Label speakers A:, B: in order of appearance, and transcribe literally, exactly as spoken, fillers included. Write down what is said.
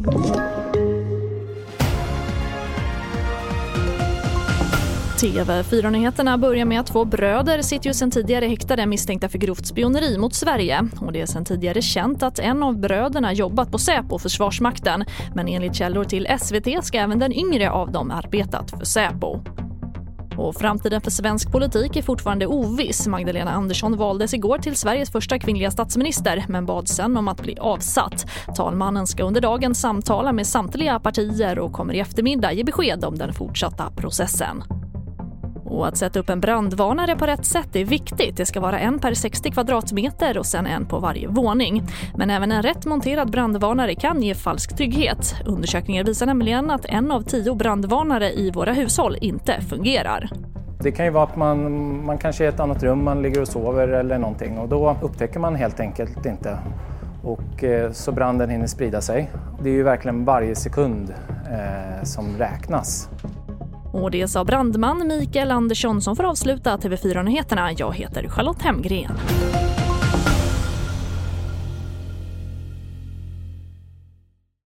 A: T V fyra-nyheterna börjar med att två bröder sitter ju sedan tidigare häktade misstänkta för grovt spioneri mot Sverige. Och det är sedan tidigare känt att en av bröderna jobbat på Säpo och Försvarsmakten. Men enligt källor till S V T ska även den yngre av dem arbetat för Säpo. Och framtiden för svensk politik är fortfarande oviss. Magdalena Andersson valdes igår till Sveriges första kvinnliga statsminister men bad sen om att bli avsatt. Talmannen ska under dagen samtala med samtliga partier och kommer i eftermiddag ge besked om den fortsatta processen. Och att sätta upp en brandvarnare på rätt sätt är viktigt. Det ska vara en per sextio kvadratmeter och sen en på varje våning. Men även en rätt monterad brandvarnare kan ge falsk trygghet. Undersökningar visar nämligen att en av tio brandvarnare i våra hushåll inte fungerar.
B: Det kan ju vara att man, man kanske är i ett annat rum, man ligger och sover eller någonting och då upptäcker man helt enkelt inte. Och eh, så branden hinner sprida sig. Det är ju verkligen varje sekund eh, som räknas.
A: Och det sa brandman Mikael Andersson som får avsluta T V fyra-nyheterna. Jag heter Charlotte Hemgren.